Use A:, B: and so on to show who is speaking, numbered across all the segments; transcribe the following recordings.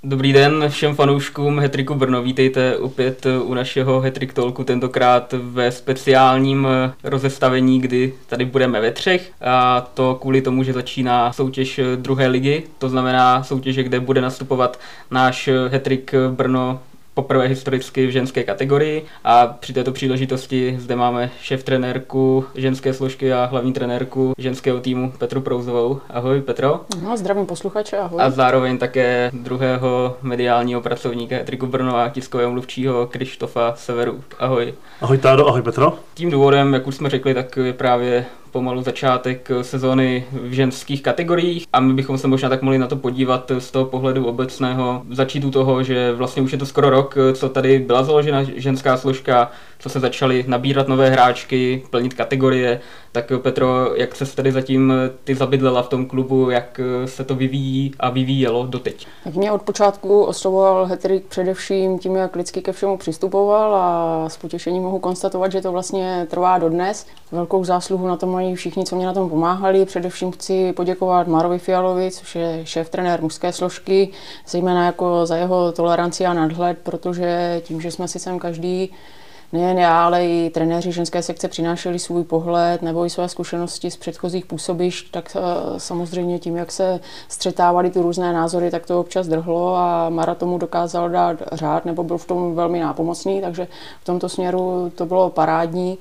A: Dobrý den všem fanouškům Hattricku Brno, vítejte opět u našeho Hattrick Talku, tentokrát ve speciálním rozestavení, kdy tady budeme ve třech, a to kvůli tomu, že začíná soutěž druhé ligy, to znamená soutěže, kde bude nastupovat náš Hattrick Brno poprvé historicky v ženské kategorii, a při této příležitosti zde máme šéftrenérku ženské složky a hlavní trenérku ženského týmu Petru Prouzovou. Ahoj Petro.
B: No, zdravím posluchače, ahoj.
A: A zároveň také druhého mediálního pracovníka Hattricku Brno a tiskového mluvčího Krištofa Severu. Ahoj.
C: Ahoj Tádo, ahoj Petro.
A: Tím důvodem, jak už jsme řekli, tak je právě pomalu začátek sezóny v ženských kategoriích a my bychom se možná tak mohli na to podívat z toho pohledu obecného. Začít u toho, že vlastně už je to skoro rok, co tady byla založena ženská složka, co se začaly nabírat nové hráčky, plnit kategorie. Tak Petro, jak se tady zatím ty zabydlela v tom klubu, jak se to vyvíjí a vyvíjelo doteď?
B: Tak mě od počátku oslovoval Hattrick především tím, jak lidsky ke všemu přistupoval, a s potěšením mohu konstatovat, že to vlastně trvá dodnes. Velkou zásluhu na to mají všichni, co mě na tom pomáhali. Především chci poděkovat Marovi Fialovi, což je šéf-trenér mužské složky, zejména jako za jeho toleranci a nadhled, protože tím, že jsme si sem každý, nejen já, ale i trenéři ženské sekce přinášeli svůj pohled nebo i své zkušenosti z předchozích působišť, tak samozřejmě tím, jak se střetávaly ty různé názory, tak to občas drhlo a Mara tomu dokázal dát řád nebo byl v tom velmi nápomocný, takže v tomto směru to bylo parádní.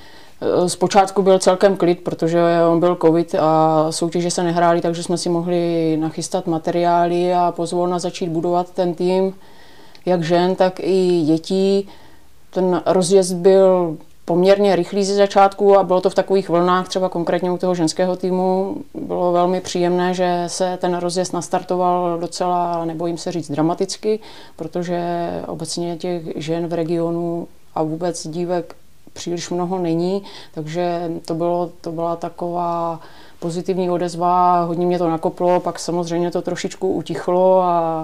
B: Zpočátku byl celkem klid, protože on byl covid a soutěže se nehrály, takže jsme si mohli nachystat materiály a pozvolna začít budovat ten tým, jak žen, tak i dětí. Ten rozjezd byl poměrně rychlý ze začátku a bylo to v takových vlnách, třeba konkrétně u toho ženského týmu. Bylo velmi příjemné, že se ten rozjezd nastartoval docela, nebojím se říct, dramaticky, protože obecně těch žen v regionu a vůbec dívek příliš mnoho není, takže to byla taková pozitivní odezva, hodně mě to nakoplo, pak samozřejmě to trošičku utichlo a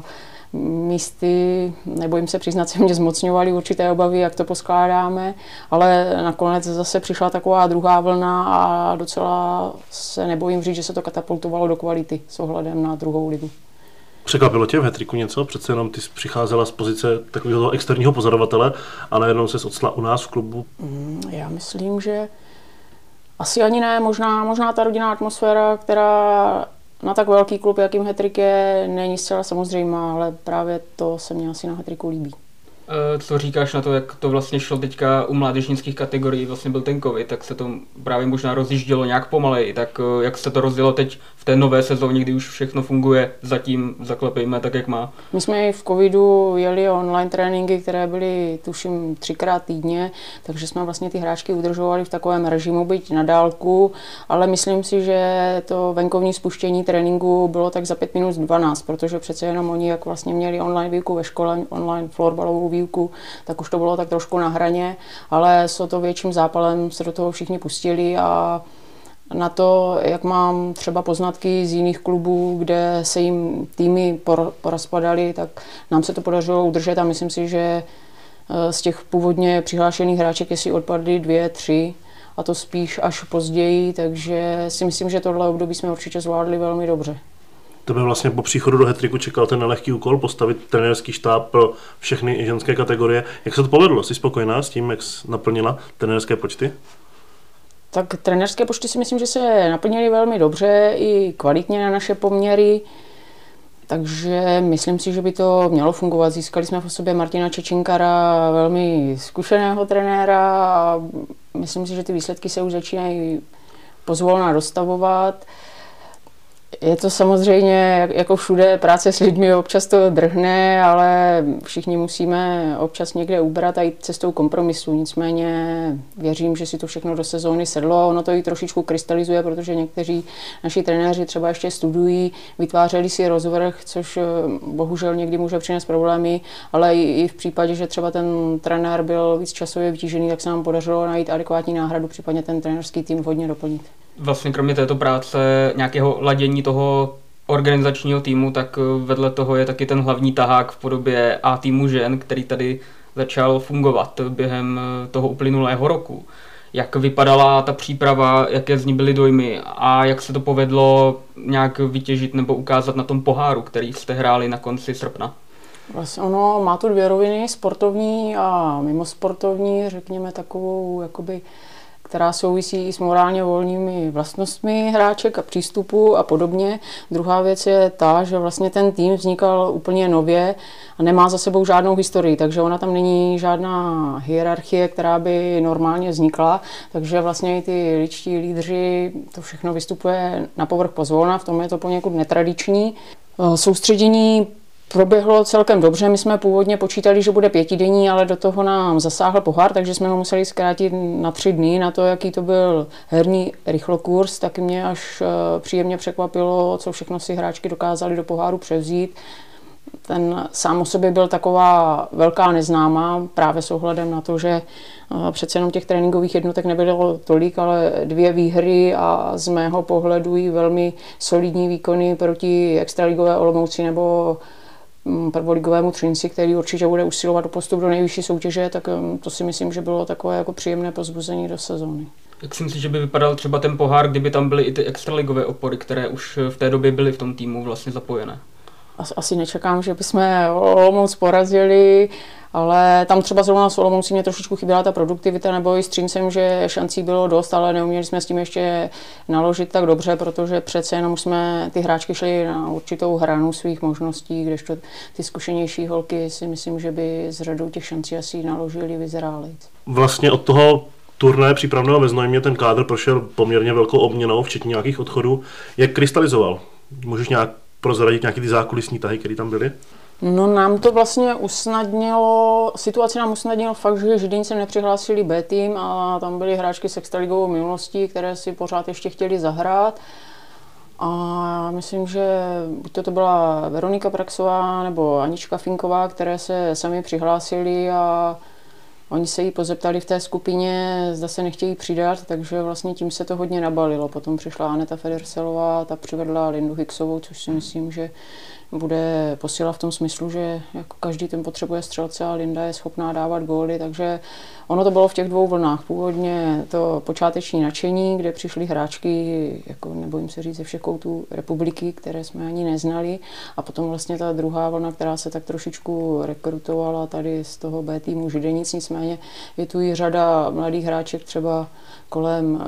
B: místy, nebojím se přiznat, se mě zmocňovaly určité obavy, jak to poskládáme, ale nakonec zase přišla taková druhá vlna a docela se nebojím říct, že se to katapultovalo do kvality s ohledem na druhou ligu.
C: Překvapilo tě v Hattricku něco? Přece jenom ty jsi přicházela z pozice takového externího pozorovatele a najednou ses octla u nás v klubu.
B: Já myslím, že asi ani ne, možná ta rodinná atmosféra, která na tak velký klub, jakým Hattrick je, není zcela samozřejmá, ale právě to se mně asi na Hattricku líbí.
A: Co říkáš na to, jak to vlastně šlo teďka u mládežnických kategorií, vlastně byl ten covid, tak se to právě možná rozjíždělo nějak pomaleji, tak jak se to rozdělo teď v té nové sezóně, kdy už všechno funguje, zatím zaklepejme tak, jak má?
B: My jsme i v covidu jeli online tréninky, které byly tuším 3x týdně, takže jsme vlastně ty hráčky udržovali v takovém režimu, byť na dálku, ale myslím si, že to venkovní spuštění tréninku bylo tak za 5 minut 12, protože přece jenom oni, jak vlastně měli online výuku ve škole, online florbalovou výuku, tak už to bylo tak trošku na hraně, ale s to větším zápalem se do toho všichni pustili a na to, jak mám třeba poznatky z jiných klubů, kde se jim týmy porozpadaly, tak nám se to podařilo udržet a myslím si, že z těch původně přihlášených hráček jestli odpadly 2, 3 a to spíš až později, takže si myslím, že tohle období jsme určitě zvládli velmi dobře.
C: Tebe vlastně po příchodu do Hattricku čekal ten nelehký úkol postavit trenérský štáb pro všechny ženské kategorie. Jak se to povedlo? Jsi spokojená s tím, jak jsi naplnila trenérské počty?
B: Tak trenérské počty si myslím, že se naplnily velmi dobře i kvalitně na naše poměry, takže myslím si, že by to mělo fungovat. Získali jsme v sobě Martina Čečinkara, velmi zkušeného trenéra a myslím si, že ty výsledky se už začínají pozvolna dostavovat. Je to samozřejmě, jako všude, práce s lidmi, občas to drhne, ale všichni musíme občas někde ubrat a jít cestou kompromisu. Nicméně věřím, že si to všechno do sezóny sedlo. Ono to i trošičku krystalizuje, protože někteří naši trenéři třeba ještě studují, vytvářeli si rozvrh, což bohužel někdy může přinést problémy, ale i v případě, že třeba ten trenér byl víc časově vytížený, tak se nám podařilo najít adekvátní náhradu, případně ten trenérský tým hodně doplnit.
A: Vlastně kromě této práce, nějakého ladění toho organizačního týmu, tak vedle toho je taky ten hlavní tahák v podobě A týmu žen, který tady začal fungovat během toho uplynulého roku. Jak vypadala ta příprava, jaké z ní byly dojmy a jak se to povedlo nějak vytěžit nebo ukázat na tom poháru, který jste hráli na konci srpna?
B: Vlastně ono má tu dvě roviny, sportovní a mimosportovní, řekněme takovou, jakoby, která souvisí s morálně volnými vlastnostmi hráček a přístupu a podobně. Druhá věc je ta, že vlastně ten tým vznikal úplně nově a nemá za sebou žádnou historii, takže ona tam není žádná hierarchie, která by normálně vznikla, takže vlastně i ty ličtí lídři, to všechno vystupuje na povrch pozvolna, v tom je to poněkud netradiční. Soustředění proběhlo celkem dobře, my jsme původně počítali, že bude 5denní, ale do toho nám zasáhl pohár, takže jsme ho museli zkrátit na 3 dny, na to, jaký to byl herní rychlokurs, tak mě až příjemně překvapilo, co všechno si hráčky dokázali do poháru převzít. Ten sám o sobě byl taková velká neznámá, právě s ohledem na to, že přece jenom těch tréninkových jednotek nebylo tolik, ale 2 výhry a z mého pohledu i velmi solidní výkony proti extraligové Olomouci nebo prvoligovému Třinci, který určitě bude usilovat o postup do nejvyšší soutěže, tak to si myslím, že bylo takové jako příjemné povzbuzení do sezóny.
A: Jak si myslíš, že by vypadal třeba ten pohár, kdyby tam byly i ty extraligové opory, které už v té době byly v tom týmu vlastně zapojené?
B: Asi nečekám, že bychom Olomouc porazili, ale tam třeba zrovna s Olomoucí mě trošičku chyběla ta produktivita, nebo i s Třincem, že šancí bylo dost, ale neuměli jsme s tím ještě naložit tak dobře, protože přece jenom jsme ty hráčky šly na určitou hranu svých možností, kdežto ty zkušenější holky si myslím, že by s řadou těch šancí asi naložili vyzráli.
C: Vlastně od toho turnaje přípravného ve Znojmě ten kádr prošel poměrně velkou obměnou, včetně nějakých odchodů. Jak krystalizoval? Můžeš nějak prozradit nějaké ty zákulisní tahy, které tam byly?
B: No nám to vlastně usnadnilo, situaci nám usnadnil fakt, že Židince nepřihlásili B tým a tam byly hráčky s extraligovou minulostí, které si pořád ještě chtěli zahrát. A myslím, že buď to byla Veronika Praxová nebo Anička Finková, které se sami přihlásili a oni se jí pozeptali v té skupině, zda se nechtějí přidat, takže vlastně tím se to hodně nabalilo. Potom přišla Aneta Federselová, ta přivedla Lindu Hicksovou, což si myslím, že bude posila v tom smyslu, že jako každý ten potřebuje střelce a Linda je schopná dávat góly, takže ono to bylo v těch 2 vlnách. Původně to počáteční nadšení, kde přišly hráčky, jako nebojím se říct, ze všech koutů republiky, které jsme ani neznali, a potom vlastně ta druhá vlna, která se tak trošičku rekrutovala tady z toho B týmu Židenic, nicméně je tu i řada mladých hráček třeba kolem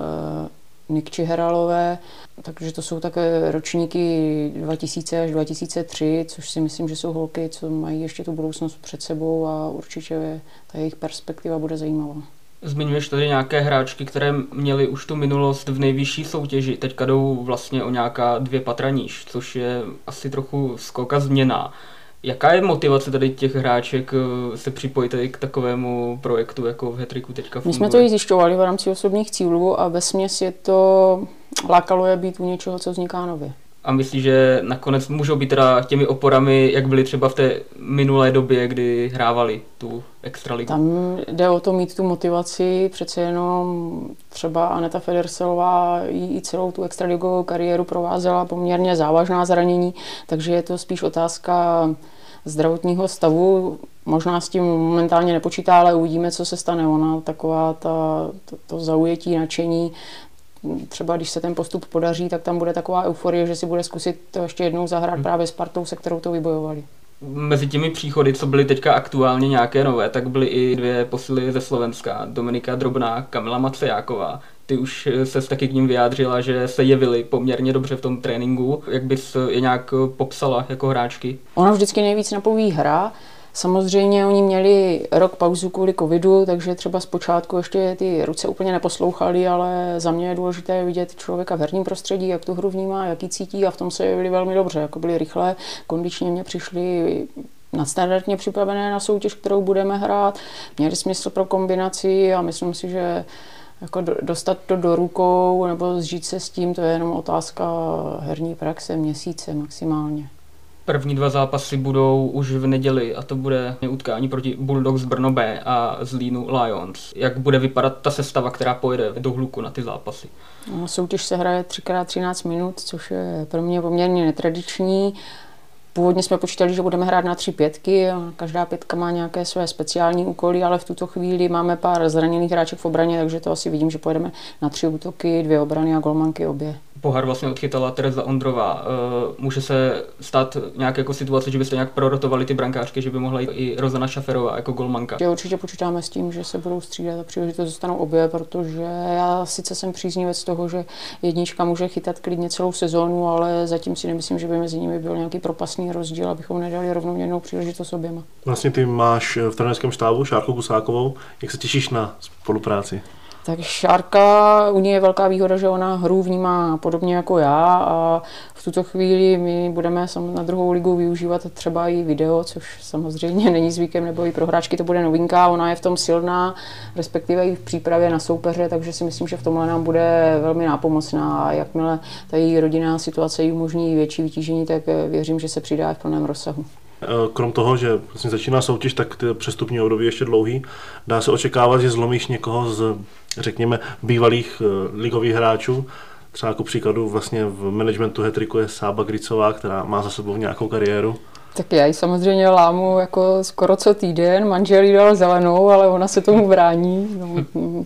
B: Nikči Heralové, takže to jsou také ročníky 2000 až 2003, což si myslím, že jsou holky, co mají ještě tu budoucnost před sebou a určitě ta jejich perspektiva bude zajímavá.
A: Zmiňuješ tady nějaké hráčky, které měly už tu minulost v nejvyšší soutěži, teďka jdou vlastně o nějaká 2 patra níž, což je asi trochu skok a změna. Jaká je motivace tady těch hráček se připojit tady k takovému projektu, jako v Hattricku teďka funguje?
B: My jsme to i zjišťovali v rámci osobních cílů a vesměs je to lákalo je být u něčeho, co vzniká nově.
A: A myslíš, že nakonec můžou být teda těmi oporami, jak byly třeba v té minulé době, kdy hrávali tu extraligu?
B: Tam jde o to mít tu motivaci, přece jenom třeba Aneta Federselová i celou tu extraligovou kariéru provázela poměrně závažná zranění, takže je to spíš otázka zdravotního stavu. Možná s tím momentálně nepočítá, ale uvidíme, co se stane. Ona taková to zaujetí, nadšení, třeba když se ten postup podaří, tak tam bude taková euforie, že si bude zkusit to ještě jednou zahrát právě s partou, se kterou to vybojovali.
A: Mezi těmi příchody, co byly teďka aktuálně nějaké nové, tak byly i 2 posily ze Slovenska, Dominika Drobná, Kamila Macejáková. Ty už ses taky k ním vyjádřila, že se jevily poměrně dobře v tom tréninku. Jak bys je nějak popsala jako hráčky?
B: Ona vždycky nejvíc napoví hra. Samozřejmě oni měli rok pauzu kvůli covidu, takže třeba zpočátku ještě ty ruce úplně neposlouchali, ale za mě je důležité vidět člověka v herním prostředí, jak tu hru vnímá, jak ji cítí, a v tom se jevili velmi dobře. Jako byli rychlé, kondičně mě přišli nadstandardně připravené na soutěž, kterou budeme hrát. Měli smysl pro kombinaci a myslím si, že jako dostat to do rukou nebo zžít se s tím, to je jenom otázka herní praxe, měsíce maximálně.
A: První 2 zápasy budou už v neděli a to bude utkání proti Bulldogs Brno B a Zlínu Lions. Jak bude vypadat ta sestava, která pojede do Hluku na ty zápasy?
B: No, soutěž se hraje 3x13 minut, což je pro mě poměrně netradiční. Původně jsme počítali, že budeme hrát na 3 pětky, každá pětka má nějaké své speciální úkoly, ale v tuto chvíli máme pár zraněných hráček v obraně, takže to asi vidím, že pojedeme na 3 útoky, 2 obrany a golmanky obě.
A: pohár vlastně odchytala Tereza Ondrová. Může se stát nějak jako situace, že byste nějak prorotovali ty brankářky, že by mohla jít i Rozana Šaferová jako golmanka?
B: Určitě počítáme s tím, že se budou střídat a příležitost dostanou obě, protože já sice jsem příznivec toho, že jednička může chytat klidně celou sezónu, ale zatím si nemyslím, že by mezi nimi byl nějaký propastný rozdíl, abychom nedali rovnoměrnou příležitost oběma.
C: Vlastně ty máš v trenérském štábu Šárku Kusákovou. Jak se těšíš na spolupráci?
B: Tak Šárka, u ní je velká výhoda, že ona hru vnímá podobně jako já a v tuto chvíli my budeme na druhou ligu využívat třeba i video, což samozřejmě není zvykem, nebo i pro hráčky to bude novinka. Ona je v tom silná, respektive i v přípravě na soupeře, takže si myslím, že v tomhle nám bude velmi nápomocná. A jakmile ta její rodinná situace jí umožní větší vytížení, tak věřím, že se přidá v plném rozsahu.
C: Krom toho, že vlastně začíná soutěž, tak ty přestupní období ještě dlouhý. Dá se očekávat, že zlomíš někoho z, řekněme, bývalých ligových hráčů. Třeba jako příkladu vlastně v managementu hat-tricku je Sába Gricová, která má za sebou nějakou kariéru.
B: Tak já ji samozřejmě lámu jako skoro co týden, manžel jí dal zelenou, ale ona se tomu brání. No,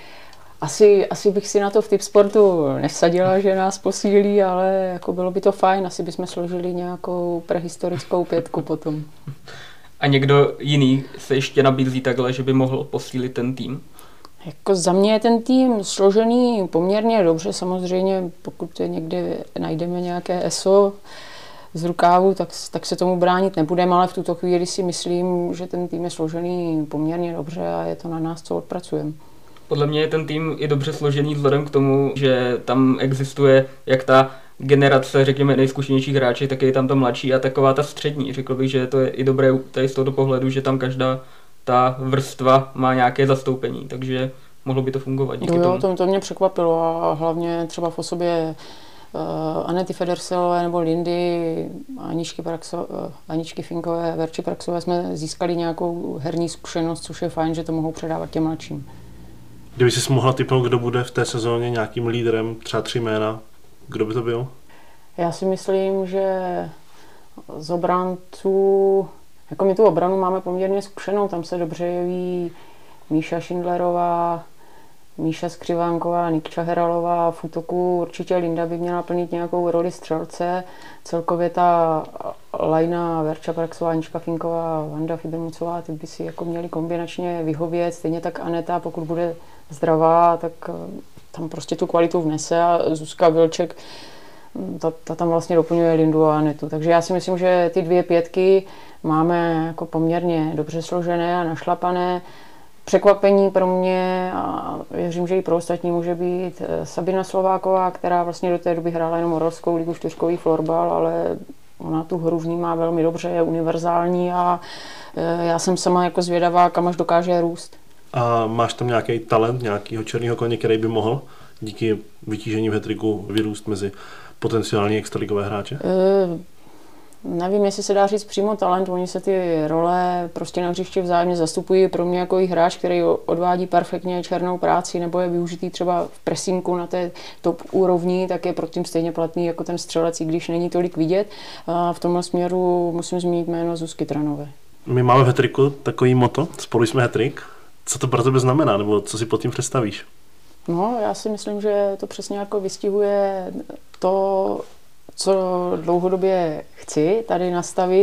B: asi bych si na to v Tipsportu nevsadila, že nás posílí, ale jako bylo by to fajn, asi bychom složili nějakou prehistorickou pětku potom.
A: A někdo jiný se ještě nabízí takhle, že by mohl posílit ten tým?
B: Jako za mě je ten tým složený poměrně dobře, samozřejmě pokud někde najdeme nějaké ESO z rukávu, tak se tomu bránit nebudeme, ale v tuto chvíli si myslím, že ten tým je složený poměrně dobře a je to na nás, co odpracujeme.
A: Podle mě je ten tým i dobře složený vzhledem k tomu, že tam existuje jak ta generace, řekněme, nejzkušenějších hráčů, tak je tam ta mladší a taková ta střední. Řekl bych, že to je i dobré tady z tohoto pohledu, že tam každá ta vrstva má nějaké zastoupení, takže mohlo by to fungovat díky tomu.
B: To mě překvapilo a hlavně třeba v osobě Anety Federselové nebo Lindy, Aničky Finkové, Verči Praxové jsme získali nějakou herní zkušenost, což je fajn, že to mohou předávat těm mladším.
C: Kdyby jsi mohla tipnout, kdo bude v té sezóně nějakým lídrem, třeba 3 jména, kdo by to byl?
B: Já si myslím, že z obranců, jako my tu obranu máme poměrně zkušenou, tam se dobře jeví Míša Šindlerová, Míša Skřivánková, Nikča Heralová, v útoku určitě Linda by měla plnit nějakou roli střelce, celkově ta lajna Verča Praxová, Anička Finková, Vanda Fibermucová, ty by si jako měli kombinačně vyhovět, stejně tak Aneta, pokud bude zdravá, tak tam prostě tu kvalitu vnese a Zuzka Vilček, ta tam vlastně doplňuje Lindu a Anetu. Takže já si myslím, že ty 2 pětky máme jako poměrně dobře složené a našlapané. Překvapení pro mě a věřím, že i pro ostatní může být Sabina Slováková, která vlastně do té doby hrála jenom Moravskou ligu, 4kový florbal, ale ona tu hru vnímá velmi dobře, je univerzální a já jsem sama jako zvědavá, kam až dokáže růst.
C: A máš tam nějaký talent, nějakýho černého koně, který by mohl díky vytížení v hat-tricku vyrůst mezi potenciální extraligové hráče?
B: Nevím, jestli se dá říct přímo talent, oni se ty role prostě na hřišti vzájemně zastupují. Pro mě jako i hráč, který odvádí perfektně černou práci nebo je využitý třeba v presinku na té top úrovni, tak je pro tým stejně platný jako ten střelec, i když není tolik vidět. A v tomhle směru musím zmínit jméno Zuzky Tranové.
C: My máme v hat-tricku takový moto, spolu jsme hat-trick. Co to pro tebe znamená, nebo co si pod tím představíš?
B: No, já si myslím, že to přesně jako vystihuje to, co dlouhodobě chci tady nastavit.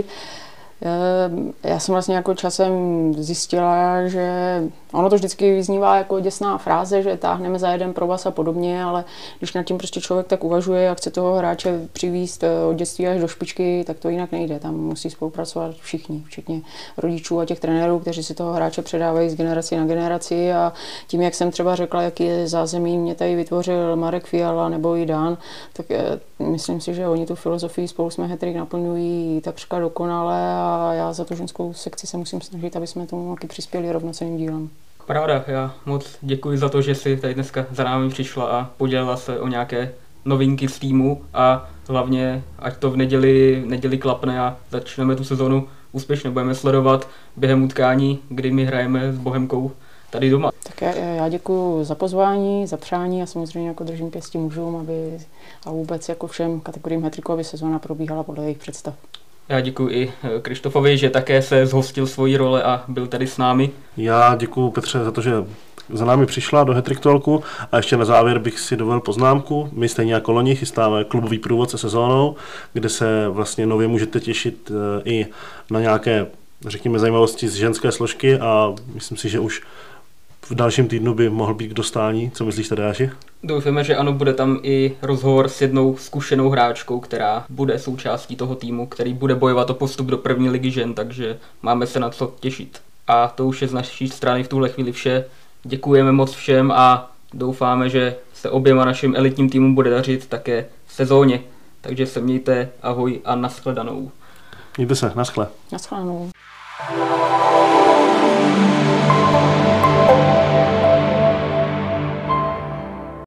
B: Já jsem vlastně jako časem zjistila, že ono to vždycky vyznívá jako děsná fráze, že táhneme za jeden provaz a podobně, ale když nad tím prostě člověk tak uvažuje a chce toho hráče přivést od dětství až do špičky, tak to jinak nejde. Tam musí spolupracovat všichni, včetně rodičů a těch trenérů, kteří si toho hráče předávají z generaci na generaci a tím, jak jsem třeba řekla, jaký je zázemí mě tady vytvořil Marek Fiala nebo i Dan, tak myslím si, že oni tu filozofii Spolu jsme hat-trick naplňují takřka dokonale a já za tu ženskou sekci se musím snažit, aby jsme tomu taky přispěli rovnocenným dílem.
A: Paráda, já moc děkuji za to, že jsi tady dneska za námi přišla a podělila se o nějaké novinky z týmu a hlavně, ať to v neděli klapne a začneme tu sezonu úspěšně. Budeme sledovat během utkání, kdy my hrajeme s Bohemkou tady doma.
B: Tak já děkuji za pozvání, za přání a samozřejmě jako držím pěstí mužům, aby a vůbec jako všem kategoriím hat-tricku, aby sezóna probíhala podle jejich představ.
A: Já děkuji i Krištofovi, že také se zhostil svojí role a byl tady s námi.
C: Já děkuji Petře za to, že za námi přišla do Hat-Trick Talku a ještě na závěr bych si dovolil poznámku. My stejně jako loni chystáme klubový průvodce sezónou, kde se vlastně nově můžete těšit i na nějaké, řekněme, zajímavosti z ženské složky a myslím si, že už v dalším týdnu by mohl být k dostání. Co myslíš, Tadeáši?
A: Doufáme, že ano, bude tam i rozhovor s jednou zkušenou hráčkou, která bude součástí toho týmu, který bude bojovat o postup do první ligy žen, takže máme se na co těšit. A to už je z naší strany v tuhle chvíli vše. Děkujeme moc všem a doufáme, že se oběma našim elitním týmům bude dařit také v sezóně. Takže se mějte, ahoj a nashledanou.
C: Mějte se, naschle.
B: Naschledanou.